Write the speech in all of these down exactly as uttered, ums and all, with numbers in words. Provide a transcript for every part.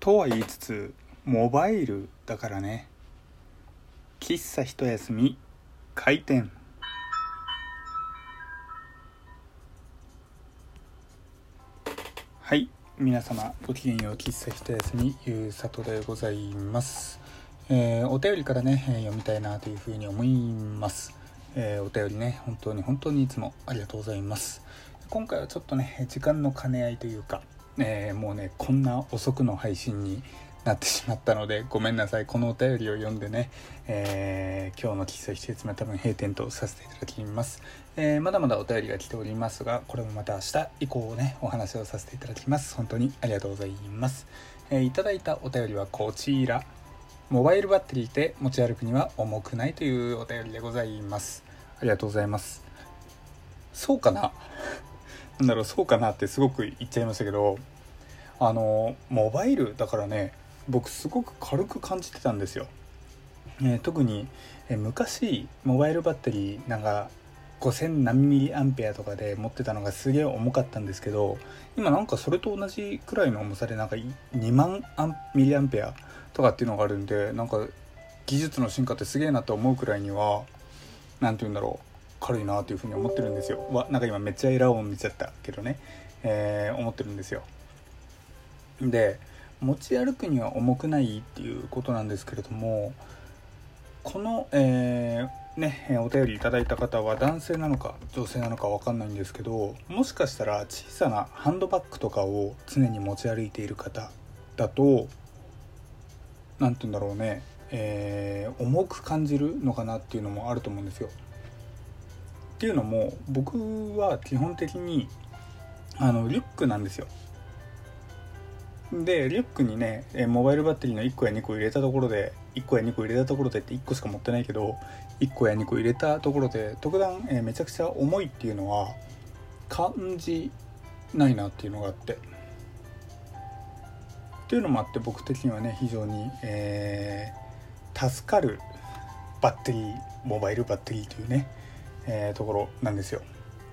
とは言いつつモバイルだからね。喫茶一休み開店。はい、皆様ごきげんよう。喫茶一休みゆうさとでございます。えー、お便りからね、えー、読みたいなというふうに思います。えー、お便りね、本当に本当にいつもありがとうございます。今回はちょっとね時間の兼ね合いというか、えー、もうねこんな遅くの配信になってしまったのでごめんなさい。このお便りを読んでね、えー、今日の喫茶一休みは多分閉店とさせていただきます。えー、まだまだお便りが来ておりますが、これもまた明日以降ねお話をさせていただきます。本当にありがとうございます。えー、いただいたお便りはこちら。モバイルバッテリーで持ち歩くには重くないというお便りでございます。ありがとうございます。そうかななんだろうそうかなってすごく言っちゃいましたけど、あのモバイルだからね、僕すごく軽く感じてたんですよ。えー、特に、えー、昔モバイルバッテリーなんかごせん何ミリアンペアとかで持ってたのがすげえ重かったんですけど、今なんかそれと同じくらいの重さでなんかにまんミリアンペアとかっていうのがあるんで、なんか技術の進化ってすげえなと思うくらいには、なんて言うんだろう、軽いなというふうに思ってるんですよ。わなんか今めっちゃエラー音見ちゃったけどね、えー、思ってるんですよ。で持ち歩くには重くないっていうことなんですけれども、この、えー、ねお便りいただいた方は男性なのか女性なのか分かんないんですけど、もしかしたら小さなハンドバッグとかを常に持ち歩いている方だと、なんて言うんだろうね、えー、重く感じるのかなっていうのもあると思うんですよ。っていうのも僕は基本的にあのリュックなんですよ。でリュックにねモバイルバッテリーのいっこやにこ入れたところでいっこやにこ入れたところでっていっこしか持ってないけど、いっこやにこ入れたところで特段、えー、めちゃくちゃ重いっていうのは感じないなっていうのがあって、っていうのもあって僕的にはね非常に、えー、助かるバッテリーモバイルバッテリーというね、えー、ところなんですよ。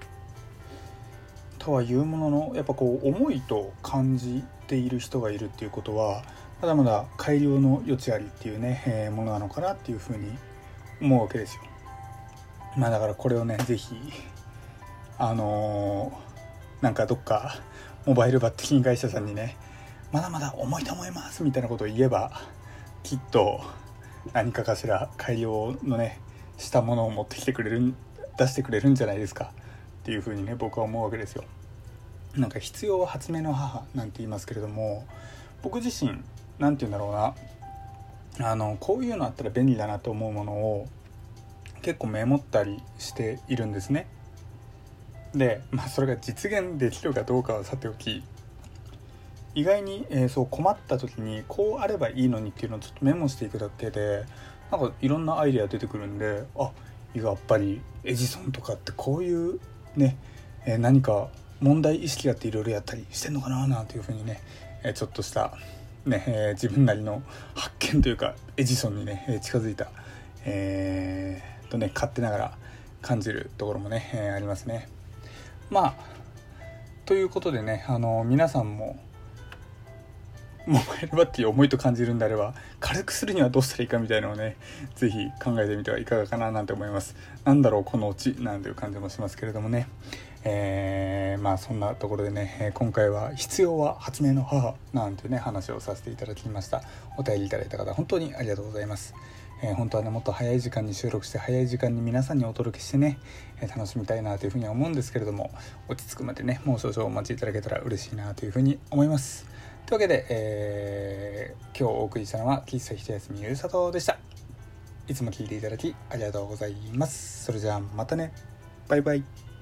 とはいうものの、やっぱこう重いと感じている人がいるっていうことはまだまだ改良の余地ありっていうね、えー、ものなのかなっていうふうに思うわけですよ。まあだからこれをねぜひあのー、なんかどっかモバイルバッテリー会社さんにねまだまだ重いと思いますみたいなことを言えば、きっと何かかしら改良のねしたものを持ってきてくれる出してくれるんじゃないですかっていうふうにね僕は思うわけですよ。なんか必要は発明の母なんて言いますけれども、僕自身なんて言うんだろうな、あのこういうのあったら便利だなと思うものを結構メモったりしているんですね。で、まあ、それが実現できるかどうかはさておき、意外に、えー、そう困った時にこうあればいいのにっていうのをちょっとメモしていくだけでなんかいろんなアイデア出てくるんで、あやっぱりエジソンとかってこういうね、えー、何か問題意識があっていろいろやったりしてんのかななんていうふうにね、えー、ちょっとしたね、えー、自分なりの発見というかエジソンにね、えー、近づいた、えー、とね勝手ながら感じるところもね、えー、ありますね。まあということでね、あの皆さんもモバイルバッテリー重いと感じるんであれば軽くするにはどうしたらいいかみたいなのをねぜひ考えてみてはいかがかななんて思います。なんだろうこのオチなんていう感じもしますけれどもね、えー、まあそんなところでね今回は必要は発明の母なんていうね話をさせていただきました。お便りいただいた方本当にありがとうございます。えー、本当はねもっと早い時間に収録して早い時間に皆さんにお届けしてね、えー、楽しみたいなというふうには思うんですけれども、落ち着くまでねもう少々お待ちいただけたら嬉しいなというふうに思います。というわけで、えー、今日お送りしたのは喫茶一休みゆうさとでした。いつも聞いていただきありがとうございます。それじゃあまたね、バイバイ。